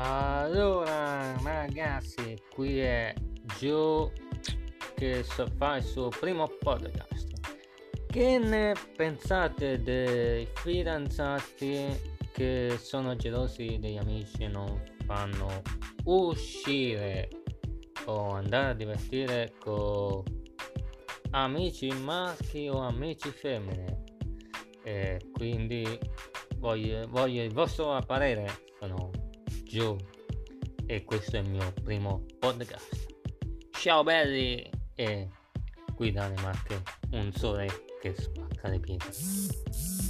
Allora, ragazzi, qui è Gio che fa il suo primo podcast. Che ne pensate dei fidanzati che sono gelosi degli amici e non fanno uscire o andare a divertire con amici maschi o amici femmine? Quindi voglio il vostro parere. Sono Gio e questo è il mio primo podcast. Ciao belli! E qui dalle Marche un sole che spacca le pietre.